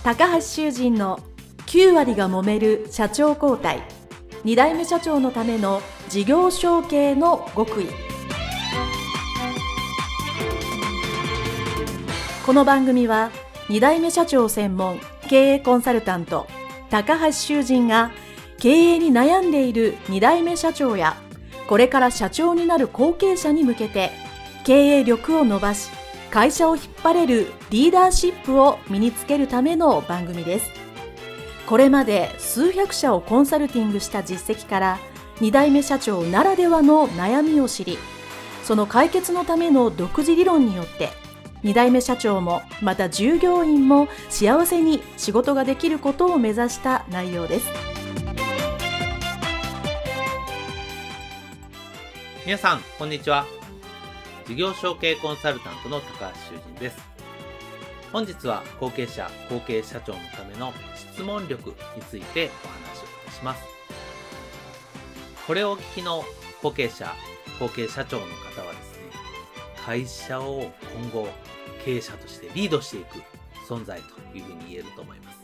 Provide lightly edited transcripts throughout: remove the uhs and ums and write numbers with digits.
高橋修人の9割が揉める社長交代、2代目社長のための事業承継の極意。この番組は2代目社長専門経営コンサルタント高橋修人が経営に悩んでいる2代目社長やこれから社長になる後継者に向けて経営力を伸ばし会社を引っ張れるリーダーシップを身につけるための番組です。これまで数百社をコンサルティングした実績から2代目社長ならではの悩みを知り、その解決のための独自理論によって2代目社長もまた従業員も幸せに仕事ができることを目指した内容です。 皆さんこんにちは。事業承継コンサルタントの高橋修人です。本日は後継者後継社長のための質問力についてお話をいたします。これをお聞きの後継者後継社長の方はですね、会社を今後経営者としてリードしていく存在というふうに言えると思います。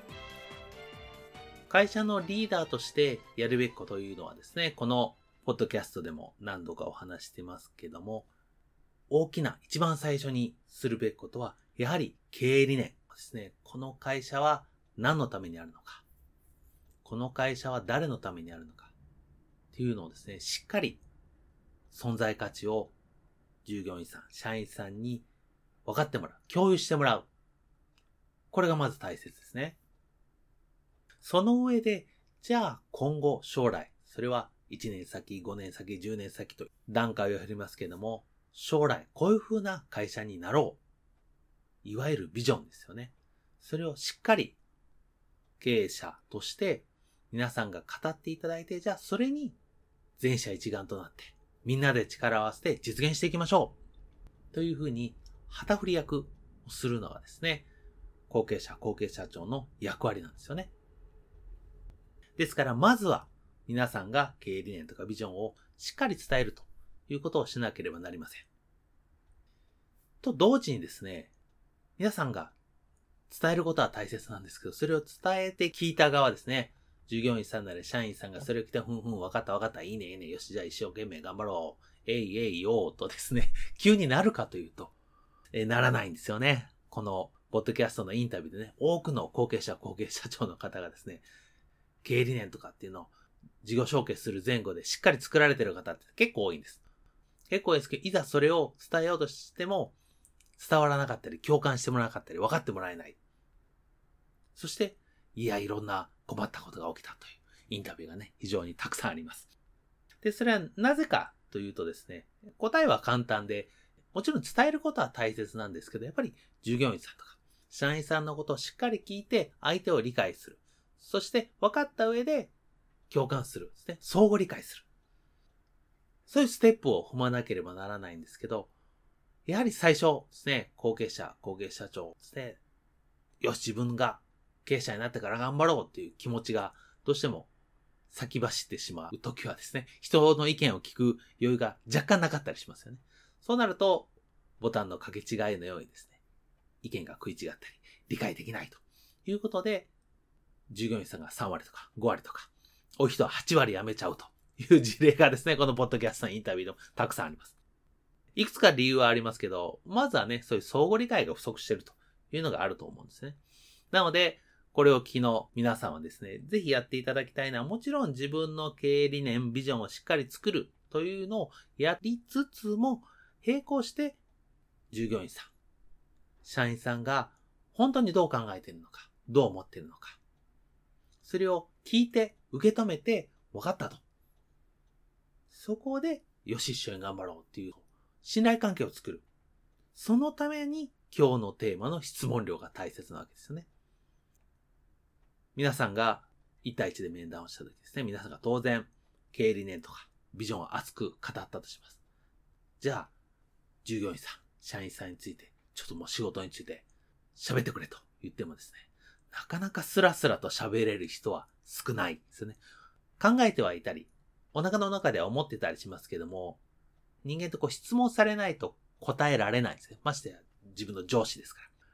会社のリーダーとしてやるべきことというのはですね、このポッドキャストでも何度かお話してますけども、大きな一番最初にするべきことはやはり経営理念ですね。この会社は何のためにあるのか、この会社は誰のためにあるのかっていうのをですね、しっかり存在価値を従業員さん、社員さんに分かってもらう、共有してもらう。これがまず大切ですね。その上で、じゃあ今後将来、それは1年先、5年先、10年先と段階を経りますけれども、将来こういう風な会社になろう。いわゆるビジョンですよね。それをしっかり経営者として皆さんが語っていただいて、じゃあそれに全社一丸となってみんなで力を合わせて実現していきましょう。という風に旗振り役をするのがですね、後継者後継社長の役割なんですよね。ですからまずは皆さんが経営理念とかビジョンをしっかり伝えるということをしなければなりません。と同時にですね、皆さんが伝えることは大切なんですけど、それを伝えて聞いた側ですね、従業員さんなり社員さんがそれを聞いて、わかった、いいね、よし、じゃあ一生懸命頑張ろう、えいよーとですね、急になるかというと、ならないんですよね。このポッドキャストのインタビューでね、多くの後継者後継社長の方がですね、経営理念とかっていうのを事業承継する前後でしっかり作られている方って結構多いんです。結構多いですけど、いざそれを伝えようとしても伝わらなかったり、共感してもらわなかったり、分かってもらえない。そして、いろんな困ったことが起きたというインタビューがね、非常にたくさんあります。で、それはなぜかというとですね、答えは簡単で、もちろん伝えることは大切なんですけど、やっぱり従業員さんとか、社員さんのことをしっかり聞いて、相手を理解する。そして分かった上で共感するですね。相互理解する。そういうステップを踏まなければならないんですけど、やはり最初ですね、後継者、後継社長ですね、よし、自分が経営者になってから頑張ろうっていう気持ちがどうしても先走ってしまうときはですね、人の意見を聞く余裕が若干なかったりしますよね。そうなると、ボタンの掛け違いのようにですね、意見が食い違ったり、理解できないということで、従業員さんが3割とか5割とか、多い人は8割辞めちゃうという事例がですね、このポッドキャストのインタビューでもたくさんあります。いくつか理由はありますけど、まずはね、そういう相互理解が不足しているというのがあると思うんですね。なので、これを聞きの皆さんはですね、ぜひやっていただきたいのは、もちろん自分の経営理念、ビジョンをしっかり作るというのをやりつつも、並行して従業員さん、社員さんが本当にどう考えているのか、どう思っているのか、それを聞いて、受け止めて、分かったと。そこで、よし、一緒に頑張ろうっていう、信頼関係を作る。そのために、今日のテーマの質問量が大切なわけですよね。皆さんが1対1で面談をしたときですね、皆さんが当然、経営理念とか、ビジョンを熱く語ったとします。じゃあ、従業員さん、社員さんについて、ちょっともう仕事について、喋ってくれと言ってもですね、なかなかスラスラと喋れる人は少ないですよね。考えてはいたり、お腹の中では思ってたりしますけども、人間って質問されないと答えられないんですね。ましてや自分の上司ですから。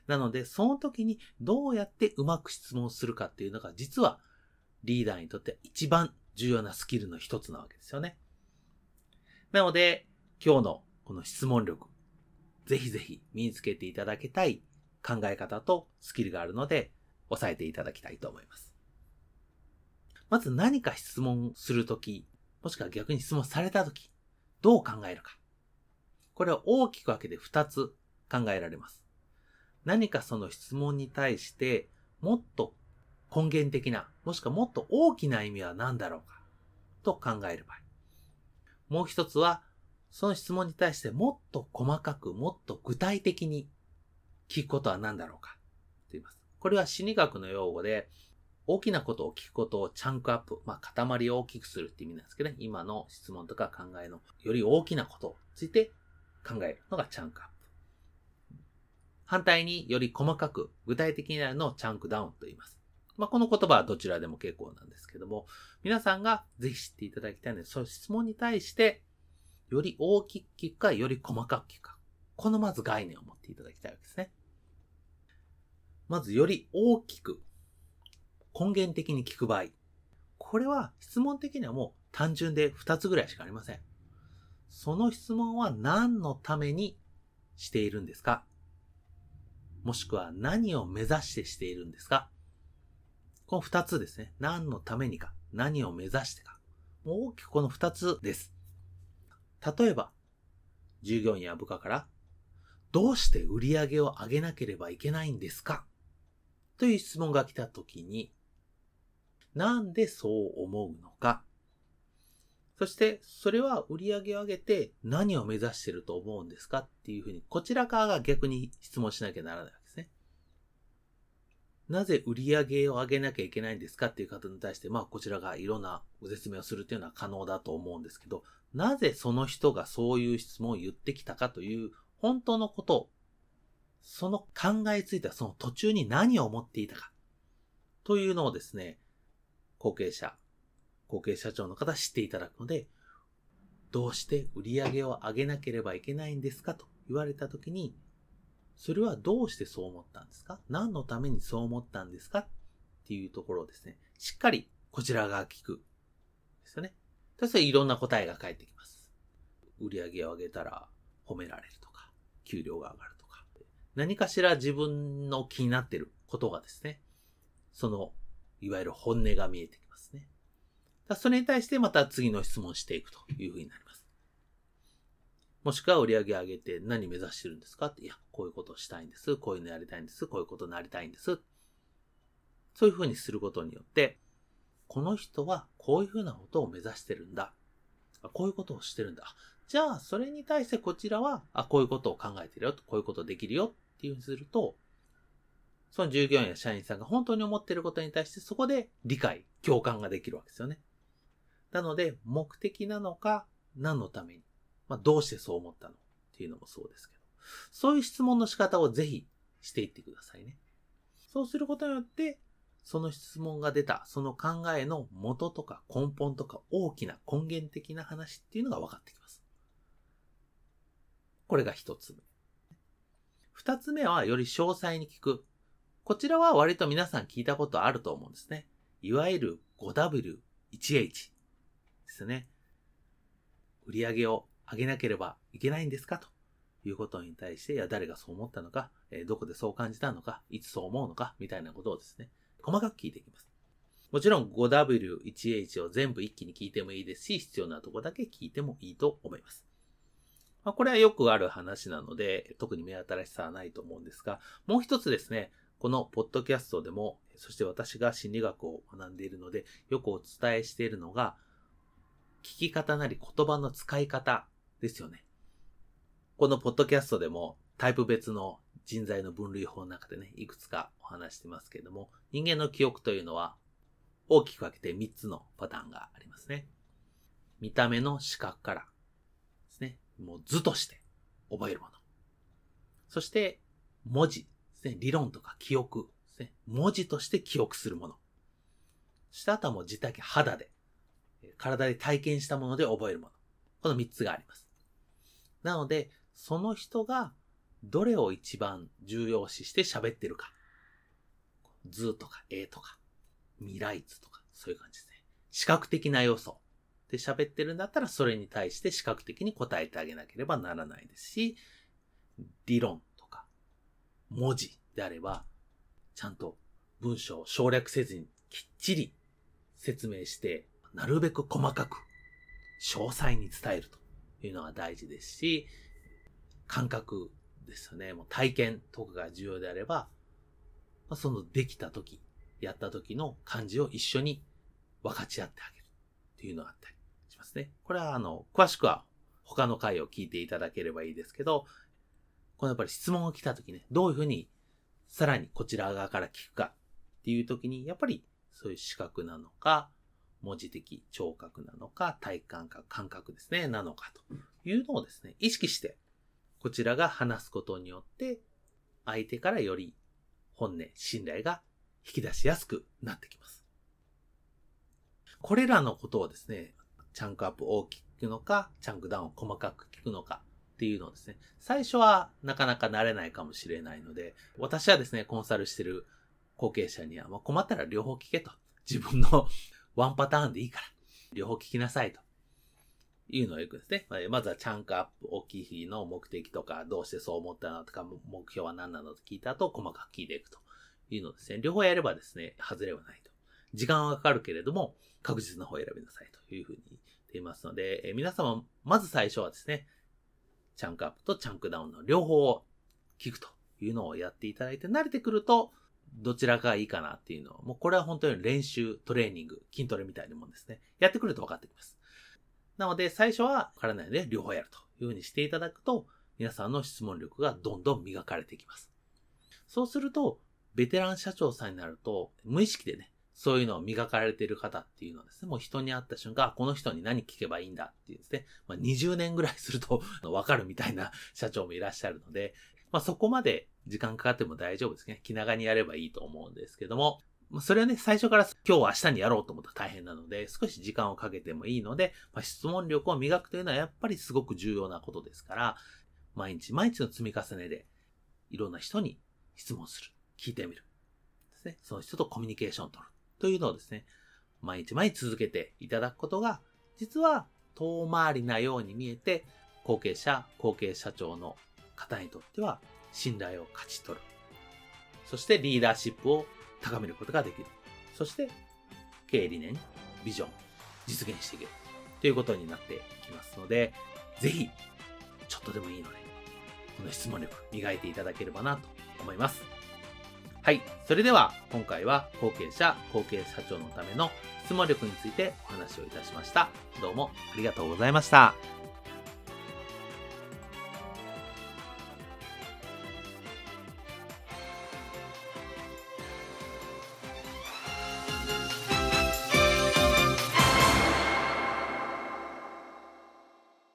なので、その時にどうやってうまく質問するかっていうのが、実はリーダーにとって一番重要なスキルの一つなわけですよね。なので、今日のこの質問力、ぜひぜひ身につけていただきたい考え方とスキルがあるので、押さえていただきたいと思います。まず何か質問するとき、もしくは逆に質問されたとき、どう考えるか。これは大きく分けて2つ考えられます。何かその質問に対して、もっと根源的な、もしくはもっと大きな意味は何だろうか、と考える場合。もう一つは、その質問に対してもっと細かく、もっと具体的に聞くことは何だろうか、と言います。これは心理学の用語で、大きなことを聞くことをチャンクアップ、塊を大きくするって意味なんですけどね、今の質問とか考えのより大きなことについて考えるのがチャンクアップ。反対により細かく具体的になるのをチャンクダウンと言います。この言葉はどちらでも結構なんですけども、皆さんがぜひ知っていただきたいので、そういう質問に対して、より大きく聞くか、より細かく聞くか。このまず概念を持っていただきたいわけですね。まずより大きく、根源的に聞く場合。これは質問的にはもう単純で2つぐらいしかありません。その質問は何のためにしているんですか？もしくは何を目指してしているんですか？この2つですね。何のためにか、何を目指してか。大きくこの2つです。例えば、従業員や部下から、どうして売り上げを上げなければいけないんですか？という質問が来たときに、なんでそう思うのか。そして、それは売り上げを上げて何を目指していると思うんですかっていうふうに、こちら側が逆に質問しなきゃならないわけですね。なぜ売り上げを上げなきゃいけないんですかっていう方に対して、こちらがいろんなご説明をするっていうのは可能だと思うんですけど、なぜその人がそういう質問を言ってきたかという本当のことを、その考えついたその途中に何を思っていたかというのをですね、後継社長の方は知っていただくので、どうして売り上げを上げなければいけないんですかと言われたときに、それはどうしてそう思ったんですか？何のためにそう思ったんですかっていうところをですね、しっかりこちらが聞く。ですよね。そしていろんな答えが返ってきます。売り上げを上げたら褒められるとか、給料が上がるとか、何かしら自分の気になっていることがですね、その、いわゆる本音が見えてきますね。それに対してまた次の質問をしていくというふうになります。もしくは売り上げ上げて何目指してるんですかって、いや、こういうことをしたいんです。こういうのやりたいんです。こういうことになりたいんです。そういうふうにすることによって、この人はこういうふうなことを目指してるんだ。こういうことをしてるんだ。じゃあ、それに対してこちらは、こういうことを考えてるよ。こういうことできるよっていうふうにすると、その従業員や社員さんが本当に思っていることに対してそこで理解、共感ができるわけですよね。なので、目的なのか、何のために、どうしてそう思ったのっていうのもそうですけど、そういう質問の仕方をぜひしていってくださいね。そうすることによって、その質問が出た、その考えの元とか根本とか大きな根源的な話っていうのが分かってきます。これが一つ目。二つ目はより詳細に聞く。こちらは割と皆さん聞いたことあると思うんですね。いわゆる 5W1H ですね。売り上げを上げなければいけないんですかということに対して、誰がそう思ったのか、どこでそう感じたのか、いつそう思うのか、みたいなことをですね、細かく聞いていきます。もちろん 5W1H を全部一気に聞いてもいいですし、必要なところだけ聞いてもいいと思います。これはよくある話なので、特に目新しさはないと思うんですが、もう一つですね、このポッドキャストでも、そして私が心理学を学んでいるので、よくお伝えしているのが、聞き方なり言葉の使い方ですよね。このポッドキャストでもタイプ別の人材の分類法の中でね、いくつかお話してますけれども、人間の記憶というのは大きく分けて3つのパターンがありますね。見た目の視覚からですね、もう図として覚えるもの。そして文字ですね、理論とか記憶ですね、文字として記憶するもの。そしてあとはもう自体肌で、体で体験したもので覚えるもの。この3つがあります。なので、その人がどれを一番重要視して喋ってるか。図とか絵とか、未来図とか、そういう感じですね。視覚的な要素で喋ってるんだったら、それに対して視覚的に答えてあげなければならないですし、理論とか、文字であれば、ちゃんと文章を省略せずにきっちり説明して、なるべく細かく、詳細に伝えるというのが大事ですし、感覚ですよね。もう体験とかが重要であれば、そのできた時、やった時の感じを一緒に分かち合ってあげるっていうのがあったりしますね。これは詳しくは他の回を聞いていただければいいですけど、このやっぱり質問が来た時ね、どういうふうにさらにこちら側から聞くかっていう時に、やっぱりそういう視覚なのか、文字的聴覚なのか、体感覚、感覚ですね、なのかというのをですね、意識して、こちらが話すことによって、相手からより本音、信頼が引き出しやすくなってきます。これらのことをですね、チャンクアップ大きく聞くのか、チャンクダウンを細かく聞くのかっていうのをですね、最初はなかなか慣れないかもしれないので、私はですね、コンサルしてる後継者には、困ったら両方聞けと。自分のワンパターンでいいから、両方聞きなさいというのをよくですね。まずはチャンクアップ大きい日の目的とか、どうしてそう思ったのとか、目標は何なのと聞いた後、細かく聞いていくというのをですね、両方やればですね、外れはないと。時間はかかるけれども、確実な方を選びなさいというふうに言っていますので、皆様、まず最初はですね、チャンクアップとチャンクダウンの両方を聞くというのをやっていただいて、慣れてくると、どちらがいいかなっていうのを、もうこれは本当に練習、トレーニング、筋トレみたいなもんですね。やってくると分かってきます。なので、最初は分からないので、両方やるというふうにしていただくと、皆さんの質問力がどんどん磨かれていきます。そうすると、ベテラン社長さんになると、無意識でね、そういうのを磨かれている方っていうのはですね、もう人に会った瞬間、この人に何聞けばいいんだっていうですね、20年ぐらいすると分かるみたいな社長もいらっしゃるので、そこまで時間かかっても大丈夫ですね。気長にやればいいと思うんですけども、それはね、最初から今日明日にやろうと思ったら大変なので、少し時間をかけてもいいので、質問力を磨くというのはやっぱりすごく重要なことですから、毎日毎日の積み重ねで、いろんな人に質問する、聞いてみる。ですね。その人とコミュニケーションを取る。というのをですね、毎日毎日続けていただくことが、実は遠回りなように見えて、後継者、後継社長の方にとっては信頼を勝ち取る。そしてリーダーシップを高めることができる。そして経営理念、ビジョン、実現していける。ということになってきますので、ぜひ、ちょっとでもいいので、この質問力磨いていただければなと思います。はい。それでは今回は後継者、後継社長のための質問力についてお話をいたしました。どうもありがとうございました。